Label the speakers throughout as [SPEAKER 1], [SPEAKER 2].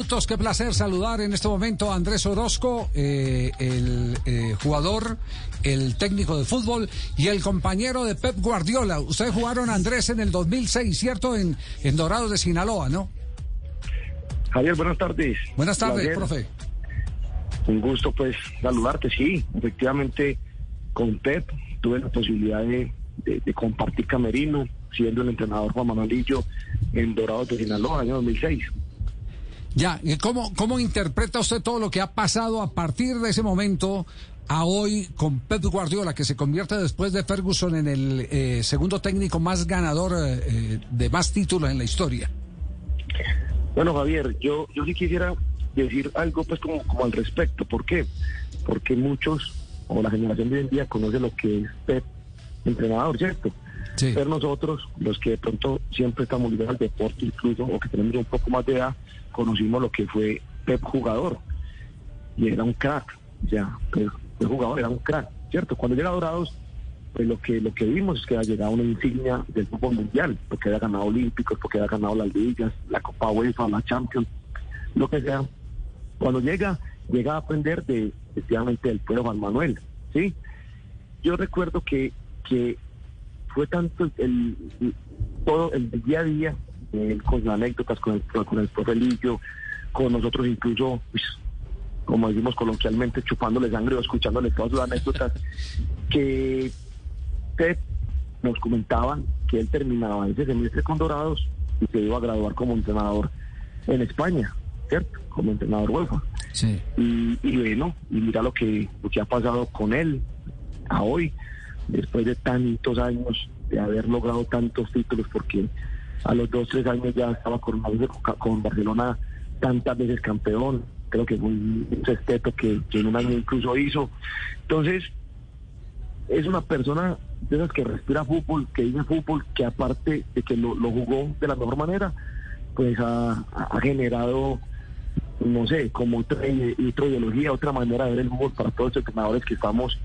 [SPEAKER 1] minutos. Qué placer saludar en este momento a Andrés Orozco, el jugador, el técnico de fútbol y el compañero de Pep Guardiola. Ustedes jugaron, Andrés, en el 2006, ¿cierto? En Dorados de Sinaloa, ¿no?
[SPEAKER 2] Javier, buenas tardes.
[SPEAKER 1] Buenas tardes,
[SPEAKER 2] Javier,
[SPEAKER 1] profe.
[SPEAKER 2] Un gusto, pues, saludarte. Sí, efectivamente, con Pep tuve la posibilidad de compartir camerino, siendo el entrenador Juan Manuel Lillo en Dorados de Sinaloa, año 2006.
[SPEAKER 1] Ya, ¿cómo interpreta usted todo lo que ha pasado a partir de ese momento a hoy con Pep Guardiola, que se convierte después de Ferguson en el segundo técnico más ganador de más títulos en la historia?
[SPEAKER 2] Bueno, Javier, yo sí quisiera decir algo pues como al respecto. ¿Por qué? Porque muchos, o la generación de hoy en día, conoce lo que es Pep entrenador, ¿cierto?
[SPEAKER 1] Sí.
[SPEAKER 2] Pero nosotros, los que de pronto siempre estamos ligados al deporte incluso, o que tenemos un poco más de edad, conocimos lo que fue Pep jugador. Y era un crack, ya, Pep jugador era un crack, ¿cierto? Cuando llega a Dorados, pues lo que vimos es que ha llegado una insignia del fútbol mundial, porque había ganado olímpicos, porque había ganado las ligas, la Copa UEFA, la Champions, lo que sea. Cuando llega a aprender efectivamente del pueblo Juan Manuel, ¿sí? Yo recuerdo que fue tanto todo el día a día, con las anécdotas, con el profe Lillo, con nosotros incluso, pues, como decimos coloquialmente, chupándole sangre o escuchándole todas sus anécdotas, que Pep nos comentaba que él terminaba ese semestre con Dorados y se iba a graduar como entrenador en España, ¿cierto? Como entrenador UEFA.
[SPEAKER 1] Sí.
[SPEAKER 2] Y bueno, y mira lo que ha pasado con él a hoy, después de tantos años de haber logrado tantos títulos, porque a los 2-3 años ya estaba coronado con Barcelona tantas veces campeón, creo que fue un sexteto que en un año incluso hizo. Entonces, es una persona de esas que respira fútbol, que dice fútbol, que aparte de que lo jugó de la mejor manera, pues ha generado, no sé, como otra ideología, otra manera de ver el fútbol para todos los entrenadores que estamos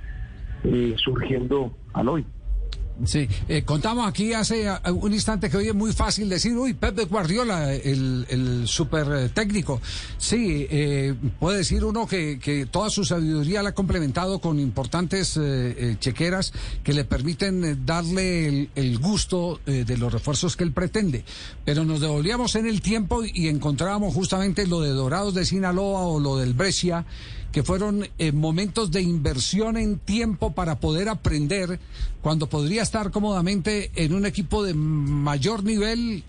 [SPEAKER 2] surgiendo al hoy.
[SPEAKER 1] Sí, contamos aquí hace un instante que hoy es muy fácil decir, uy, Pep Guardiola, el super técnico. Sí, puede decir uno que toda su sabiduría la ha complementado con importantes chequeras que le permiten darle el gusto de los refuerzos que él pretende. Pero nos devolvíamos en el tiempo y encontrábamos justamente lo de Dorados de Sinaloa o lo del Brescia, que fueron momentos de inversión en tiempo para poder aprender, cuando podría estar cómodamente en un equipo de mayor nivel,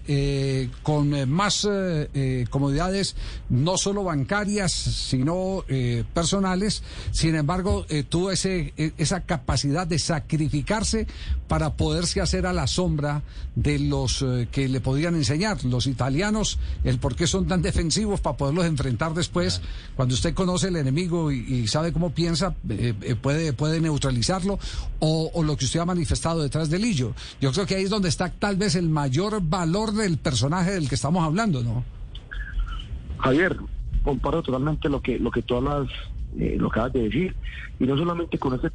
[SPEAKER 1] con más comodidades, no solo bancarias, sino personales. Sin embargo, tuvo esa capacidad de sacrificarse para poderse hacer a la sombra de los que le podían enseñar. Los italianos, el por qué son tan defensivos, para poderlos enfrentar después. Cuando usted conoce el enemigo y sabe cómo piensa, puede neutralizarlo, o lo que usted ha manifestado detrás de Lillo. Yo creo que ahí es donde está tal vez el mayor valor del personaje del que estamos hablando, ¿no?
[SPEAKER 2] Javier, comparo totalmente lo que tú hablas, lo acabas de decir, y no solamente con este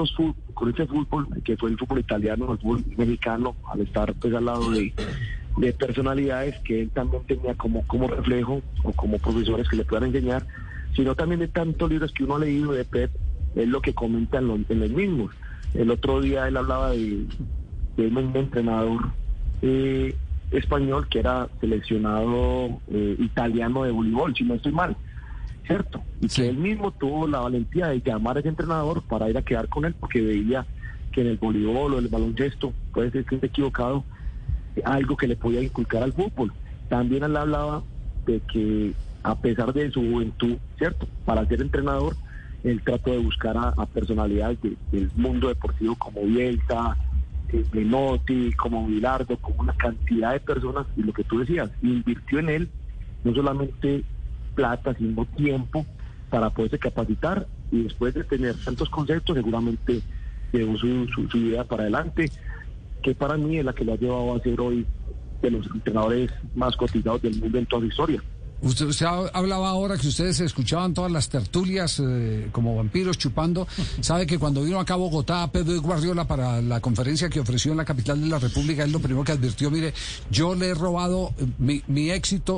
[SPEAKER 2] fútbol, que fue el fútbol italiano, el fútbol mexicano, al estar pues al lado de personalidades que él también tenía como reflejo, o como profesores que le puedan enseñar, sino también de tantos libros que uno ha leído de Pep, es lo que comentan en los mismos. El otro día él hablaba de un entrenador español que era seleccionado italiano de voleibol, si no estoy mal, ¿cierto? Y
[SPEAKER 1] sí,
[SPEAKER 2] que él mismo tuvo la valentía de llamar a ese entrenador para ir a quedar con él, porque veía que en el voleibol o el baloncesto, puede ser que esté equivocado, algo que le podía inculcar al fútbol. También él hablaba de que a pesar de su juventud, ¿cierto?, para ser entrenador, él trató de buscar a personalidades del mundo deportivo como Bielsa, Menotti, como Bilardo, como una cantidad de personas, y lo que tú decías, invirtió en él no solamente plata, sino tiempo para poderse capacitar, y después de tener tantos conceptos, seguramente llevó su idea para adelante, que para mí es la que lo ha llevado a ser hoy de los entrenadores más cotizados del mundo en toda su historia.
[SPEAKER 1] Usted hablaba ahora que ustedes escuchaban todas las tertulias como vampiros chupando. Sabe que cuando vino acá a Bogotá Pep Guardiola para la conferencia que ofreció en la capital de la República, él lo primero que advirtió, mire, yo le he robado, mi éxito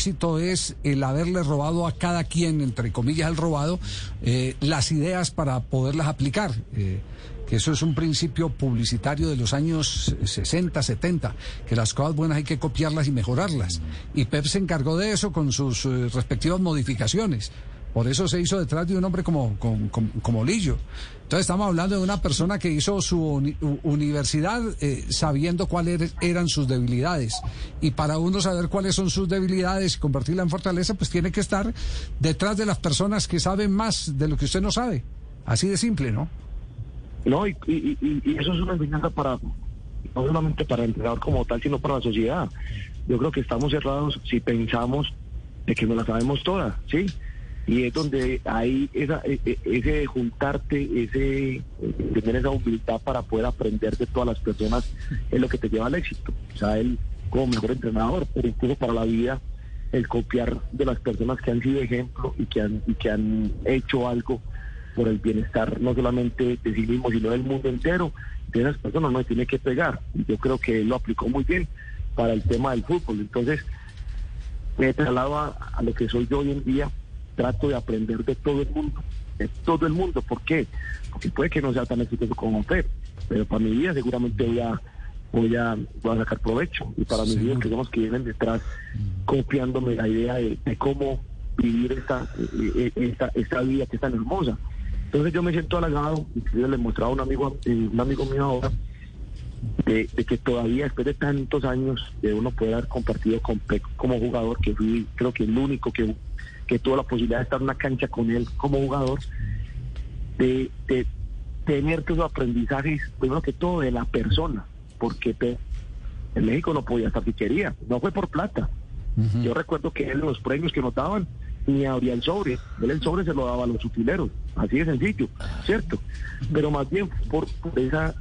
[SPEAKER 1] es el haberle robado a cada quien, entre comillas, el robado, las ideas para poderlas aplicar. Que eso es un principio publicitario de los años 60, 70, que las cosas buenas hay que copiarlas y mejorarlas. Y Pep se encargó de eso con sus respectivas modificaciones. Por eso se hizo detrás de un hombre como Lillo. Entonces estamos hablando de una persona que hizo su universidad sabiendo cuáles eran sus debilidades. Y para uno saber cuáles son sus debilidades y convertirla en fortaleza, pues tiene que estar detrás de las personas que saben más de lo que usted no sabe. Así de simple, ¿no?
[SPEAKER 2] No, y eso es una enseñanza para, no solamente para el entrenador como tal, sino para la sociedad. Yo creo que estamos cerrados si pensamos de que no la sabemos todas, ¿sí? Y es donde hay ese juntarte, tener esa humildad para poder aprender de todas las personas, es lo que te lleva al éxito. O sea, él como mejor entrenador, pero incluso para la vida, el copiar de las personas que han sido ejemplo y que han hecho algo por el bienestar no solamente de sí mismo, sino del mundo entero. De esas personas no tiene que pegar. Y yo creo que él lo aplicó muy bien para el tema del fútbol. Entonces, me traslado a lo que soy yo hoy en día. Trato de aprender de todo el mundo. De todo el mundo. ¿Por qué? Porque puede que no sea tan exitoso como Pep, pero para mi vida seguramente voy a sacar provecho. Y para mis hijos, que son los que vienen detrás, copiándome la idea de cómo vivir esta vida que es tan hermosa. Entonces yo me siento halagado, y le mostraba a un amigo mío ahora, de que todavía después de tantos años de uno poder haber compartido con Pep como jugador, que fui creo que el único que tuvo la posibilidad de estar en una cancha con él como jugador, de tener todos los aprendizajes, primero que todo de la persona, porque Pep en México no podía estar si quería, no fue por plata. Yo recuerdo que él, los premios que nos daban, ni abría el sobre, él el sobre se lo daba a los utileros, así de sencillo, ¿cierto? Pero más bien por esa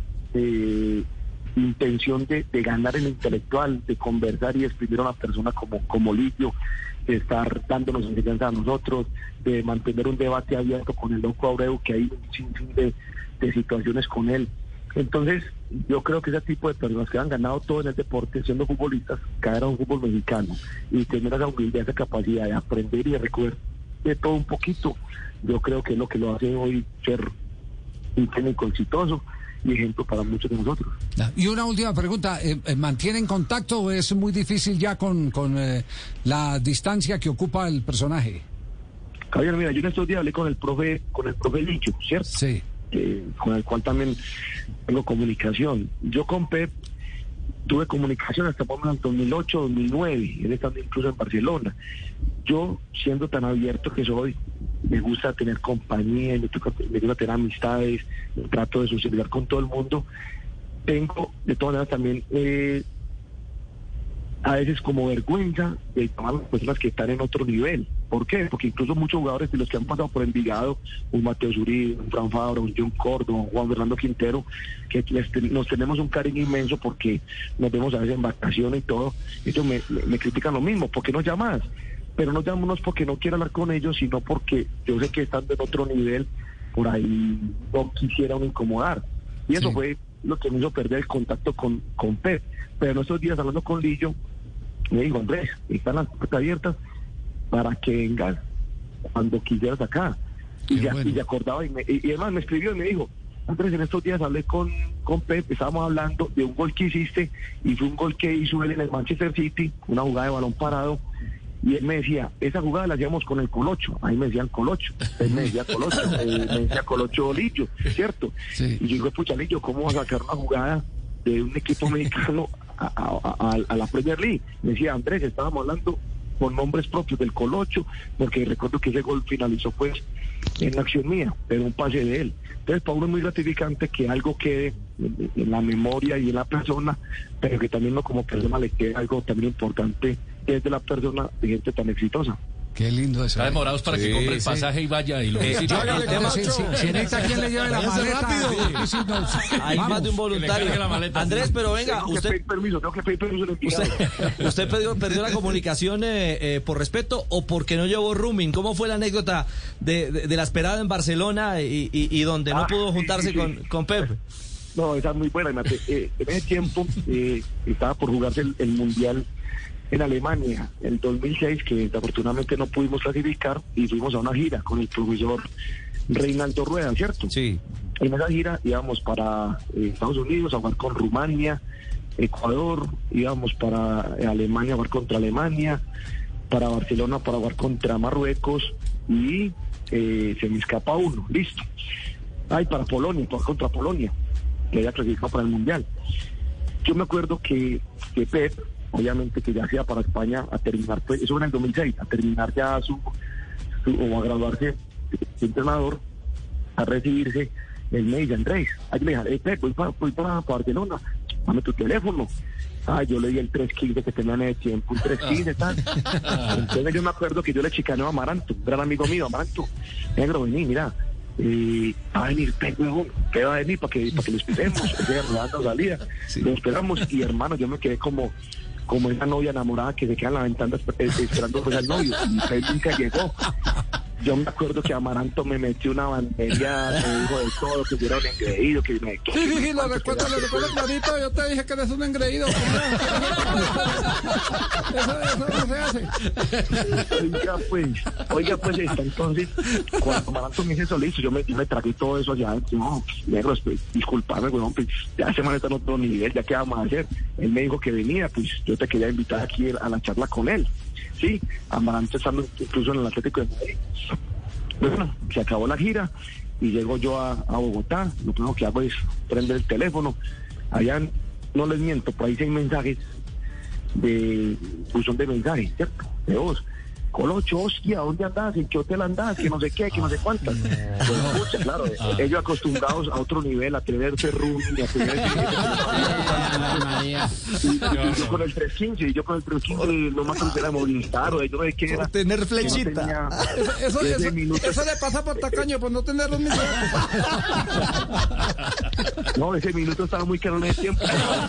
[SPEAKER 2] intención de ganar en lo intelectual, de conversar y exprimir a una persona como Lillo, de estar dándonos enseñanza a nosotros, de mantener un debate abierto con el loco Abreu, que hay un sinfín de situaciones con él. Entonces, yo creo que ese tipo de personas que han ganado todo en el deporte, siendo futbolistas, caer a un fútbol mexicano y tener esa humildad, esa capacidad de aprender y de recoger de todo un poquito, yo creo que es lo que lo hace hoy ser un técnico exitoso y ejemplo para muchos de nosotros.
[SPEAKER 1] Y una última pregunta, ¿mantienen contacto o es muy difícil ya con la distancia que ocupa el personaje?
[SPEAKER 2] Javier, mira, yo en estos días hablé con el profe Lillo, ¿cierto?
[SPEAKER 1] Sí.
[SPEAKER 2] Con el cual también tengo comunicación. Yo con Pep tuve comunicación hasta por el 2008, 2009, él estando incluso en Barcelona. Yo, siendo tan abierto que soy, me gusta tener compañía, me gusta tener amistades, trato de socializar con todo el mundo. Tengo, de todas maneras, también a veces como vergüenza de tomar las personas que están en otro nivel. ¿Por qué? Porque incluso muchos jugadores de los que han pasado por Envigado, un Mateo Zuribe, un Fran Fabra, un John Córdoba, un Juan Fernando Quintero, que nos tenemos un cariño inmenso porque nos vemos a veces en vacaciones y todo. Ellos me critican lo mismo, ¿por qué no llamas? Pero no llamo no es porque no quiero hablar con ellos, sino porque yo sé que estando en otro nivel, por ahí no quisiera uno incomodar. Y eso fue lo que me hizo perder el contacto con Pep. Pero en estos días, hablando con Lillo, me dijo, Andrés, están las puertas abiertas para que vengas cuando quisieras acá. Y se acordaba, y además me escribió y me dijo, Andrés, en estos días hablé con Pep, estábamos hablando de un gol que hiciste, y fue un gol que hizo él en el Manchester City, una jugada de balón parado, y él me decía, esa jugada la hacíamos con el Colocho, ahí me decían Colocho, él me decía Colocho, me decía Colocho Lillo, ¿cierto? Sí. Y yo digo, pucha Lillo, ¿cómo vas a sacar una jugada de un equipo mexicano a la Premier League? Me decía, Andrés, estábamos hablando con nombres propios del Colocho, porque recuerdo que ese gol finalizó pues en la acción mía, pero un pase de él. Entonces para uno es muy gratificante que algo quede en la memoria y en la persona, pero que también no como persona le quede algo también importante desde la persona de gente tan exitosa.
[SPEAKER 1] Qué lindo eso.
[SPEAKER 3] Está demorados para que compre el pasaje y vaya y lo visite.
[SPEAKER 1] Si necesita quien le lleve la maleta.
[SPEAKER 4] Hay más de un voluntario. Andrés, pero venga,
[SPEAKER 2] tengo que pedir permiso.
[SPEAKER 4] ¿Usted perdió la comunicación por respeto o porque no llevó rooming? ¿Cómo fue la anécdota de la esperada en Barcelona y donde no pudo juntarse con Pep?
[SPEAKER 2] No, esa es muy buena. En ese tiempo estaba por jugarse el Mundial en Alemania, el 2006, que desafortunadamente no pudimos clasificar, y fuimos a una gira con el profesor Reinaldo Rueda, ¿cierto?
[SPEAKER 4] Sí.
[SPEAKER 2] En esa gira íbamos para Estados Unidos a jugar con Rumania, Ecuador, íbamos para Alemania a jugar contra Alemania, para Barcelona para jugar contra Marruecos, y se me escapa uno, listo. Para Polonia, para jugar contra Polonia, que había clasificado para el Mundial. Yo me acuerdo que Pep, obviamente que ya sea para España a terminar, pues, eso era en el 2006, a terminar ya o a graduarse de entrenador, a recibirse, él me dice, Andrés, me dijo, Pep, voy para Barcelona, dame tu teléfono. Yo le di el 315 que tenía en ese tiempo, un 315, tal. Entonces yo me acuerdo que yo le chicaneo a Amaranto, un gran amigo mío, Amaranto, negro, vení, mira, va a venir Pep, que va a venir para que lo esperemos, que rodando salida, sí. Lo esperamos, y hermano, yo me quedé como esa novia enamorada que se queda en la ventana esperando pues al novio, y Pep nunca llegó. Yo me acuerdo que Amaranto me metió una bandería, me dijo de todo, que yo era un engreído, que me...
[SPEAKER 1] Sí, lo recuerdo clarito, yo te dije que eres un engreído. Eso no se hace.
[SPEAKER 2] Oiga pues, entonces, cuando Amaranto me dice eso, listo, yo me tragué todo eso allá, no, negros, pues, disculpame, weón, pues, ya ese man está en otro nivel, ya qué vamos a hacer. Él me dijo que venía, pues, yo te quería invitar aquí a la charla con él. Sí, Amaranto estando incluso en el Atlético de Madrid. Bueno, se acabó la gira y llego yo a Bogotá. Lo primero que hago es prender el teléfono. Allá, no les miento, por ahí hay mensajes de buzón de mensajes, ¿cierto? De voz. Colocho, hostia, ¿dónde andás? ¿En qué hotel andás? Que no sé qué, que no sé cuántas. Pues escucha, claro, ellos acostumbrados a otro nivel, a tenerse rooming, a tener... y yo con el 315, no más era Movistar, o yo no sé qué era.
[SPEAKER 4] Tener flechita.
[SPEAKER 1] Eso le pasa por tacaño, por no tener los mismos.
[SPEAKER 2] No, ese minuto estaba muy caro en ese tiempo.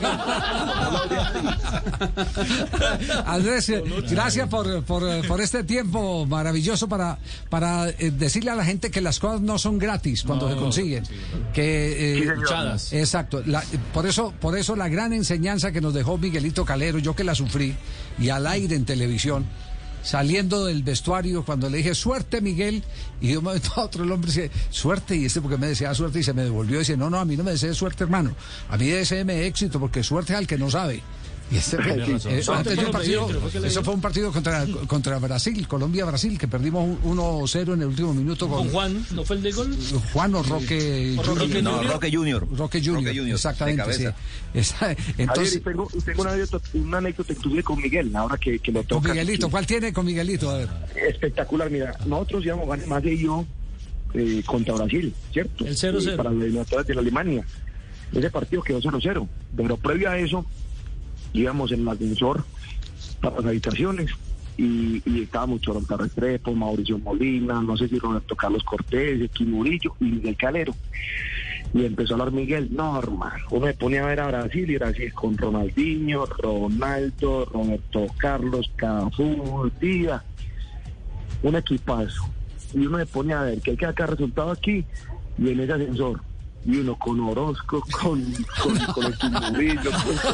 [SPEAKER 1] Andrés, gracias por este tiempo maravilloso para decirle a la gente que las cosas no son gratis cuando se consiguen.
[SPEAKER 3] Sí,
[SPEAKER 1] que
[SPEAKER 3] exacto.
[SPEAKER 1] Por eso la gran enseñanza que nos dejó Miguelito Calero, yo que la sufrí, y al aire en televisión, saliendo del vestuario, cuando le dije suerte, Miguel, y de un momento a otro el hombre dice suerte, y porque me decía suerte y se me devolvió y dice no, a mí no me desees suerte, hermano, a mí deséeme éxito, porque suerte es al que no sabe. Y eso fue un partido contra Brasil, Colombia-Brasil, que perdimos 1-0 en el último minuto
[SPEAKER 5] con Juan, ¿no fue el de gol?
[SPEAKER 1] Juan o Roque Junior.
[SPEAKER 4] Roque Junior,
[SPEAKER 1] exactamente, sí.
[SPEAKER 2] Entonces, tengo una anécdota que tuve con Miguel, ahora que lo toca.
[SPEAKER 1] Con Miguelito, ¿cuál tiene con Miguelito? A ver.
[SPEAKER 2] Espectacular, mira, nosotros íbamos a ganar más de yo contra Brasil, ¿cierto?
[SPEAKER 5] El 0-0.
[SPEAKER 2] Para las eliminatorias de la Alemania. Ese partido quedó 0-0, pero previo a eso íbamos en el ascensor para las habitaciones y estábamos Choronta Restrepo, Mauricio Molina, no sé si Roberto Carlos Cortés, Equi Murillo y Miguel Calero. Y empezó a hablar Miguel, no, hermano, uno me ponía a ver a Brasil y Brasil con Ronaldinho, Ronaldo, Roberto Carlos, Cafú, Díaz, un equipazo. Y uno me ponía a ver que hay que sacar resultado aquí y en ese ascensor. Y uno con Orozco, con el Murillo,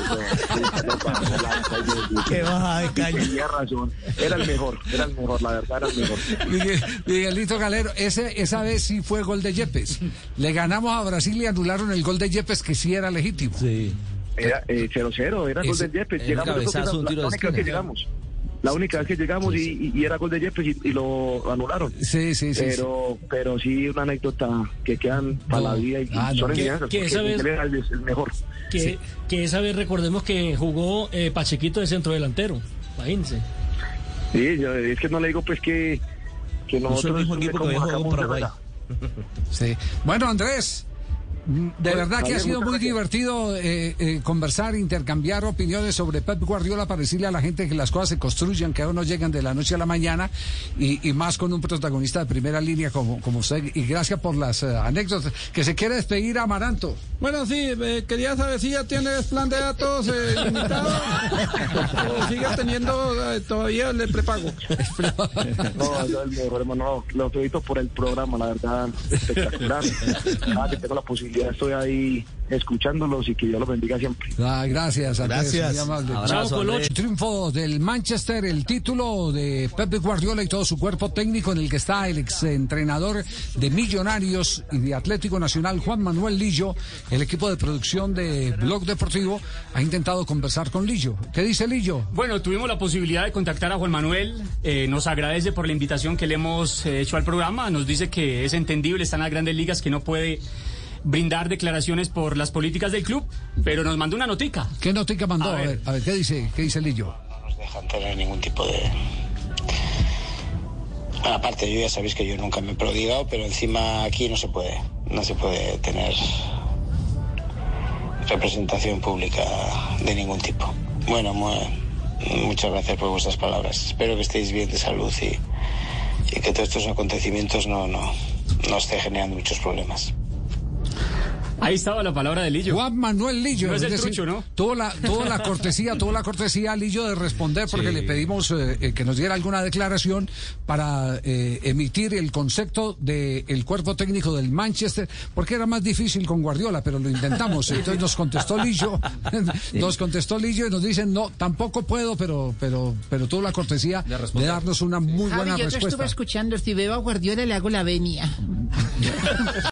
[SPEAKER 4] qué baja de caña.
[SPEAKER 2] Tenía razón, era el mejor, la verdad era el mejor.
[SPEAKER 1] Miguelito Calero, esa vez sí fue gol de Yepes. Le ganamos a Brasil y anularon el gol de Yepes, que sí era legítimo.
[SPEAKER 2] Sí. Era 0-0, era gol de Yepes. La única vez que llegamos y era gol de Yepes y lo anularon.
[SPEAKER 1] Sí.
[SPEAKER 2] Pero sí, una anécdota que quedan para la vida y son enseñanzas.
[SPEAKER 5] Que esa vez
[SPEAKER 2] es el mejor.
[SPEAKER 5] Que esa vez recordemos que jugó Pachequito de centro delantero. Imagínense.
[SPEAKER 2] Sí, es que no le digo pues que nosotros
[SPEAKER 4] el mismo equipo que jugó en Paraguay.
[SPEAKER 1] Sí. Bueno, Andrés, De verdad que ha sido muy divertido conversar, intercambiar opiniones sobre Pep Guardiola para decirle a la gente que las cosas se construyan, que aún no llegan de la noche a la mañana y más con un protagonista de primera línea como usted. Y gracias por las anécdotas. Que se quiere despedir Amaranto.
[SPEAKER 6] Bueno, sí, quería saber si ya tienes plan de datos limitado o sigue teniendo todavía el prepago.
[SPEAKER 2] No, lo felicito por el programa, la verdad, espectacular. Cada que tengo la posibilidad estoy ahí escuchándolos y que Dios los bendiga siempre.
[SPEAKER 1] Gracias, Andrés.
[SPEAKER 4] Abrazo,
[SPEAKER 1] Andrés. Triunfo del Manchester, el título de Pep Guardiola y todo su cuerpo técnico, en el que está el exentrenador de Millonarios y de Atlético Nacional, Juan Manuel Lillo. El equipo de producción de Blog Deportivo ha intentado conversar con Lillo. ¿Qué dice Lillo?
[SPEAKER 7] Bueno, tuvimos la posibilidad de contactar a Juan Manuel. Nos agradece por la invitación que le hemos hecho al programa. Nos dice que es entendible, está en las grandes ligas, que no puede brindar declaraciones por las políticas del club, pero nos mandó una notica.
[SPEAKER 1] ¿Qué notica mandó? A ver, ¿qué dice Lillo?
[SPEAKER 8] No nos dejan tener ningún tipo de... Bueno, aparte, yo ya sabéis que yo nunca me he prodigado, pero encima aquí no se puede tener representación pública de ningún tipo. Bueno, muchas gracias por vuestras palabras. Espero que estéis bien de salud y que todos estos acontecimientos no esté generando muchos problemas.
[SPEAKER 7] Ahí estaba la palabra de Lillo.
[SPEAKER 1] Juan Manuel Lillo.
[SPEAKER 7] No es el trucho, ¿no?
[SPEAKER 1] Tuvo la cortesía Lillo de responder porque le pedimos que nos diera alguna declaración para emitir el concepto del cuerpo técnico del Manchester, porque era más difícil con Guardiola, pero lo intentamos. Entonces nos contestó Lillo y nos dicen, no, tampoco puedo, pero tuvo la cortesía de darnos una muy buena respuesta.
[SPEAKER 9] Yo te estuve escuchando, si veo a Guardiola le hago la venia.